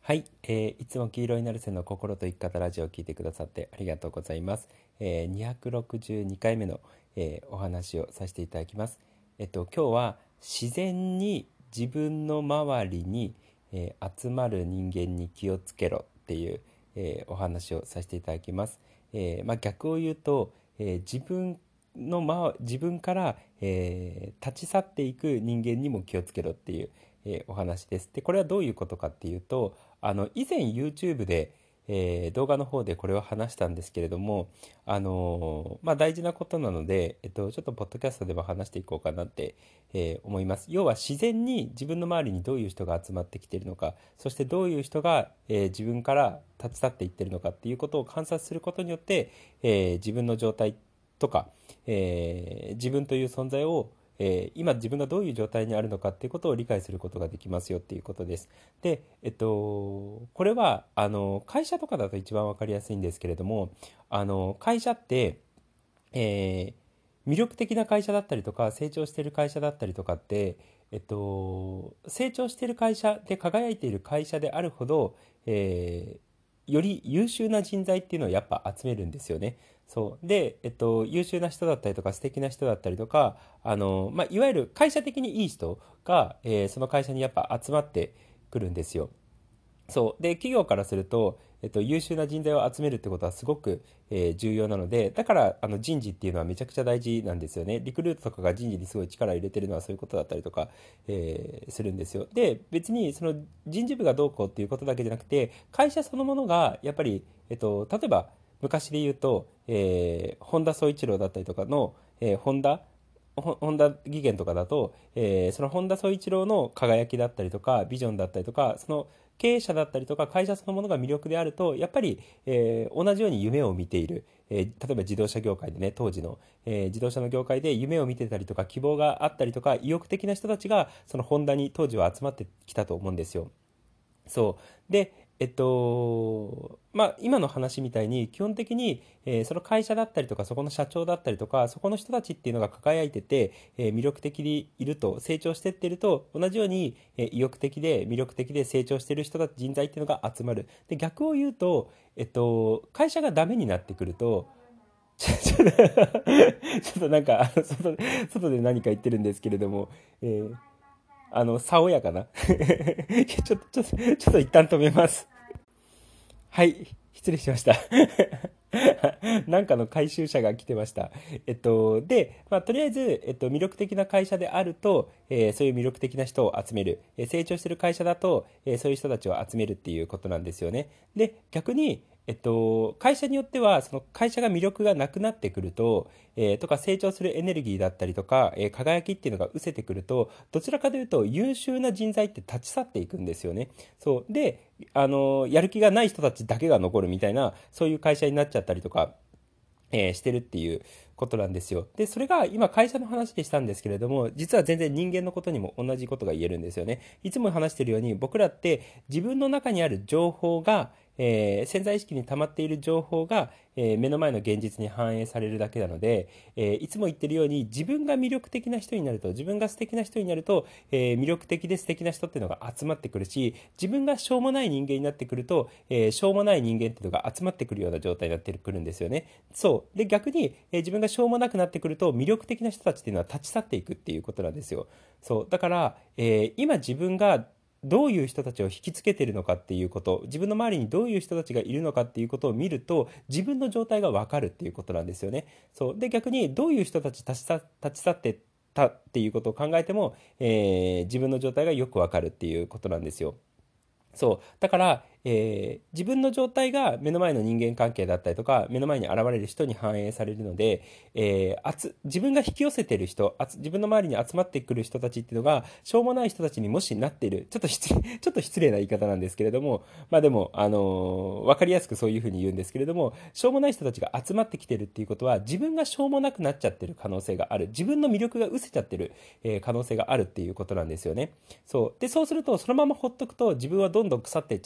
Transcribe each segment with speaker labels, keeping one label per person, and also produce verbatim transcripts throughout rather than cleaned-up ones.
Speaker 1: はい、えーいつも黄色いナルセの心と生き方ラジオを聞いてくださってありがとうございます。えーにひゃくろくじゅうにかいめの、えーお話をさせていただきます。えっと今日は自然に自分の周りに、えー集まる人間に気をつけろっていう、えーお話をさせていただきます。えーまあ、逆を言うと、えー自分の、ま、自分から、えー立ち去っていく人間にも気をつけろっていう、えーお話です。で、これはどういうことかっていうと、あの以前 YouTube で、えー動画の方でこれを話したんですけれども、あのーまあ、大事なことなので、えっと、ちょっとポッドキャストでも話していこうかなって、えー思います。要は自然に自分の周りにどういう人が集まってきているのか、そしてどういう人が、えー自分から立ち去っていっているのかっていうことを観察することによって、えー自分の状態とか、えー自分という存在を、えー今自分がどういう状態にあるのかっていうことを理解することができますよっていうことです。で、えっと、これはあの会社とかだと一番わかりやすいんですけれども、あの会社って、えー魅力的な会社だったりとか成長している会社だったりとかって、えっと、成長している会社で輝いている会社であるほど、えーより優秀な人材っていうのをやっぱ集めるんですよね。そうで、えっと、優秀な人だったりとか素敵な人だったりとか、あの、まあ、いわゆる会社的にいい人が、えーその会社にやっぱ集まってくるんですよ。そうで、企業からすると、えっと、優秀な人材を集めるってことはすごく、えー重要なので、だからあの人事っていうのはめちゃくちゃ大事なんですよね。リクルートとかが人事にすごい力を入れてるのはそういうことだったりとか、えーするんですよ。で、別にその人事部がどうこうっていうことだけじゃなくて、会社そのものがやっぱり、えっと、例えば昔で言うと、えー本田宗一郎だったりとかの、えー、本田本田技研とかだと、えーその本田宗一郎の輝きだったりとかビジョンだったりとか、その経営者だったりとか会社そのものが魅力であると、やっぱり、えー同じように夢を見ている、えー例えば自動車業界でね、当時の、えー自動車の業界で夢を見てたりとか希望があったりとか意欲的な人たちがそのホンダに当時は集まってきたと思うんですよ。そうで、えっとまあ今の話みたいに基本的に、えーその会社だったりとかそこの社長だったりとかそこの人たちっていうのが輝いてて、えー魅力的にいると、成長してっていると同じように、えー意欲的で魅力的で成長している人たち、人材っていうのが集まる。で、逆を言うと、えっと会社がダメになってくると、ちょちょっとちょっとなんかあの外で外で何か言ってるんですけれども、えーあの爽やかなちょっとちょっとちょっと一旦止めます。はい、失礼しました。なんかの回収者が来てました。えっと、で、まあ、とりあえず、えっと、魅力的な会社であると、えーそういう魅力的な人を集める。えー成長してる会社だと、えーそういう人たちを集めるっていうことなんですよね。で、逆に、えっと、会社によっては、その会社が魅力がなくなってくると、えーとか成長するエネルギーだったりとか、えー輝きっていうのが失せてくると、どちらかというと優秀な人材って立ち去っていくんですよね。そうで、あのやる気がない人たちだけが残るみたいな、そういう会社になっちゃったりとか、えーしてるっていうことなんですよ。で、それが今会社の話でしたんですけれども、実は全然人間のことにも同じことが言えるんですよね。いつも話しているように、僕らって自分の中にある情報が、えー潜在意識に溜まっている情報が、えー目の前の現実に反映されるだけなので、えーいつも言ってるように自分が魅力的な人になると、自分が素敵な人になると、えー魅力的で素敵な人っていうのが集まってくるし、自分がしょうもない人間になってくると、えーしょうもない人間っていうのが集まってくるような状態になってくるんですよね。そうで、逆に、えー自分がしょうもなくなってくると魅力的な人たちっていうのは立ち去っていくっていうことなんですよ。そうだから、えー今自分がどういう人たちを引きつけているのかっていうこと、自分の周りにどういう人たちがいるのかっていうことを見ると、自分の状態が分かるっていうことなんですよね。そうで、逆にどういう人たち立ち去立ち去ってたっていうことを考えても、えー自分の状態がよく分かるっていうことなんですよ。そうだから、えー自分の状態が目の前の人間関係だったりとか目の前に現れる人に反映されるので、えーあつ自分が引き寄せてる人、あつ自分の周りに集まってくる人たちっていうのがしょうもない人たちにもしなっている、ちょっと失礼ちょっと失礼な言い方なんですけれども、まあでも、あのーわかりやすくそういうふうに言うんですけれども、しょうもない人たちが集まってきてるっていうことは自分がしょうもなくなっちゃってる可能性がある、自分の魅力が失せちゃってる、えー可能性があるっていうことなんですよね。そうで、そうするとそのままほっとくと自分はどんどん腐っていっちゃったりとか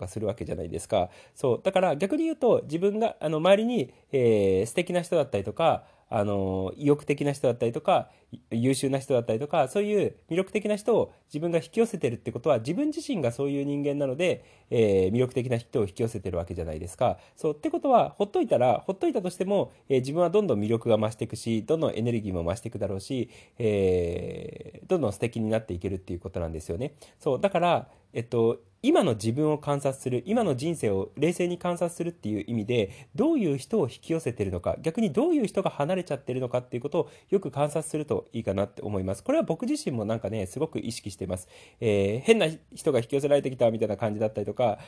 Speaker 1: するわけじゃないですか。そうだから逆に言うと、自分があの周りに、えー素敵な人だったりとか、あの意欲的な人だったりとか、優秀な人だったりとか、そういう魅力的な人を自分が引き寄せてるってことは、自分自身がそういう人間なので、えー魅力的な人を引き寄せてるわけじゃないですか。そうってことは、ほっといたらほっといたとしても、えー自分はどんどん魅力が増していくし、どんどんエネルギーも増していくだろうし、えーどんどん素敵になっていけるっていうことなんですよね。そうだから、えっと今の自分を観察する、今の人生を冷静に観察するっていう意味で、どういう人を引き寄せてるのか、逆にどういう人が離れちゃってるのかっていうことをよく観察するといいかなって思います。これは僕自身もなんかね、すごく意識しています。えー変な人が引き寄せられてきたみたいな感じだったりとか、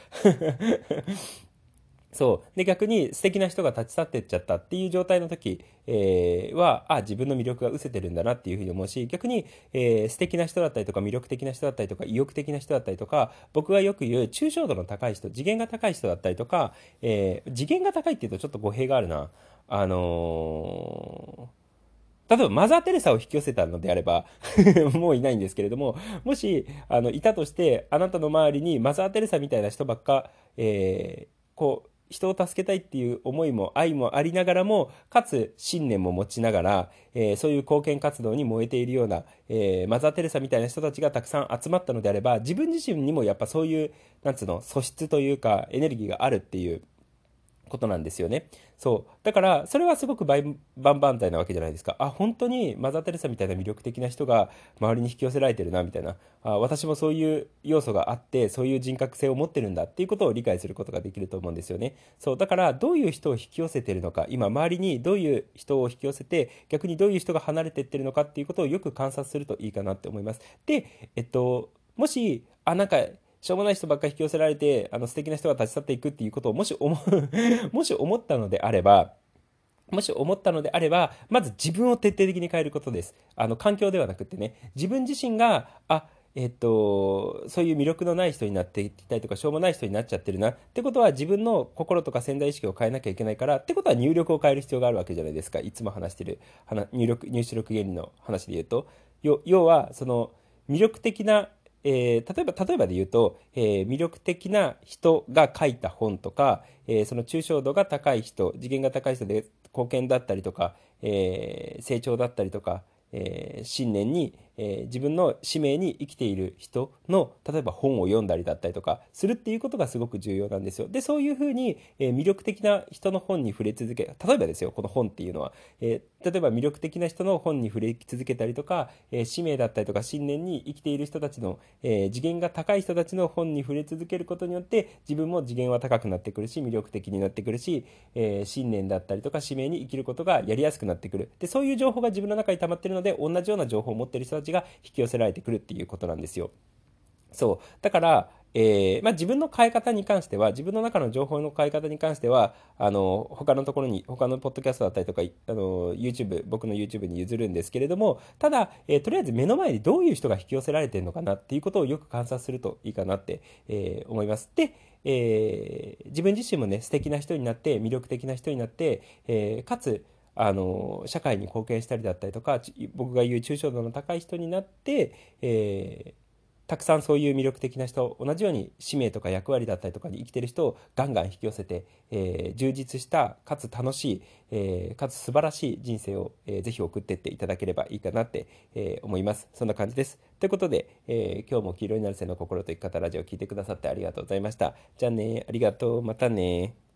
Speaker 1: そうで逆に素敵な人が立ち去っていっちゃったっていう状態の時、えーはあ自分の魅力が失せてるんだなっていうふうに思うし、逆に、えー素敵な人だったりとか魅力的な人だったりとか意欲的な人だったりとか、僕がよく言う抽象度の高い人、次元が高い人だったりとか、えー次元が高いっていうとちょっと語弊があるな。あのー例えばマザー・テレサを引き寄せたのであればもういないんですけれども、もしあのいたとして、あなたの周りにマザー・テレサみたいな人ばっか、えーこう人を助けたいっていう思いも愛もありながらも、かつ信念も持ちながら、えーそういう貢献活動に燃えているような、えーマザー・テレサみたいな人たちがたくさん集まったのであれば、自分自身にもやっぱそういうなんつうの素質というかエネルギーがあるっていうことなんですよね。そうだからそれはすごくバイバンバン剤なわけじゃないですか。あ本当にマザー・テレサみたいな魅力的な人が周りに引き寄せられてるなみたいな、あ私もそういう要素があって、そういう人格性を持ってるんだっていうことを理解することができると思うんですよね。そうだからどういう人を引き寄せてるのか、今周りにどういう人を引き寄せて、逆にどういう人が離れていってるのかっていうことをよく観察するといいかなって思います。でえっともしあなんかしょうもない人ばっかり引き寄せられて、あの素敵な人が立ち去っていくっていうことをもし思うもし思ったのであれば、もし思ったのであれば、まず自分を徹底的に変えることです。あの環境ではなくてね、自分自身が、あえっと、そういう魅力のない人になっていったりとか、しょうもない人になっちゃってるなってことは、自分の心とか潜在意識を変えなきゃいけないから、ってことは入力を変える必要があるわけじゃないですか。いつも話してる話入力入出力原理の話で言うと、要要はその魅力的な、えー例えば例えばで言うと、えー魅力的な人が書いた本とか、えーその抽象度が高い人、次元が高い人で貢献だったりとか、えー成長だったりとか、えー信念に、えー自分の使命に生きている人の例えば本を読んだりだったりとかするっていうことがすごく重要なんですよ。でそういうふうに、えー魅力的な人の本に触れ続け、例えばですよ、この本っていうのは、えー例えば魅力的な人の本に触れ続けたりとか、えー使命だったりとか信念に生きている人たちの、えー次元が高い人たちの本に触れ続けることによって、自分も次元は高くなってくるし、魅力的になってくるし、えー信念だったりとか使命に生きることがやりやすくなってくる。でそういう情報が自分の中に溜まっているので、同じような情報を持っている人たちが引き寄せられてくるっていうことなんですよ。そうだから、えーまあ、自分の変え方に関しては、自分の中の情報の変え方に関しては、あの他のところに、他のポッドキャストだったりとか、あの YouTube、僕の YouTube に譲るんですけれども、ただ、えーとりあえず目の前にどういう人が引き寄せられてるのかなっていうことをよく観察するといいかなって、えー思います。で、えー自分自身もね、素敵な人になって、魅力的な人になって、えーかつあの社会に貢献したりだったりとか、僕が言う抽象度の高い人になって、えーたくさんそういう魅力的な人、同じように使命とか役割だったりとかに生きてる人をガンガン引き寄せて、えー充実したかつ楽しい、えーかつ素晴らしい人生を、えーぜひ送っていっていただければいいかなって、えー思います。そんな感じです。ということで、えー今日も黄色になる背の心と生き方ラジオを聞いてくださってありがとうございました。じゃあね、ありがとう、またね。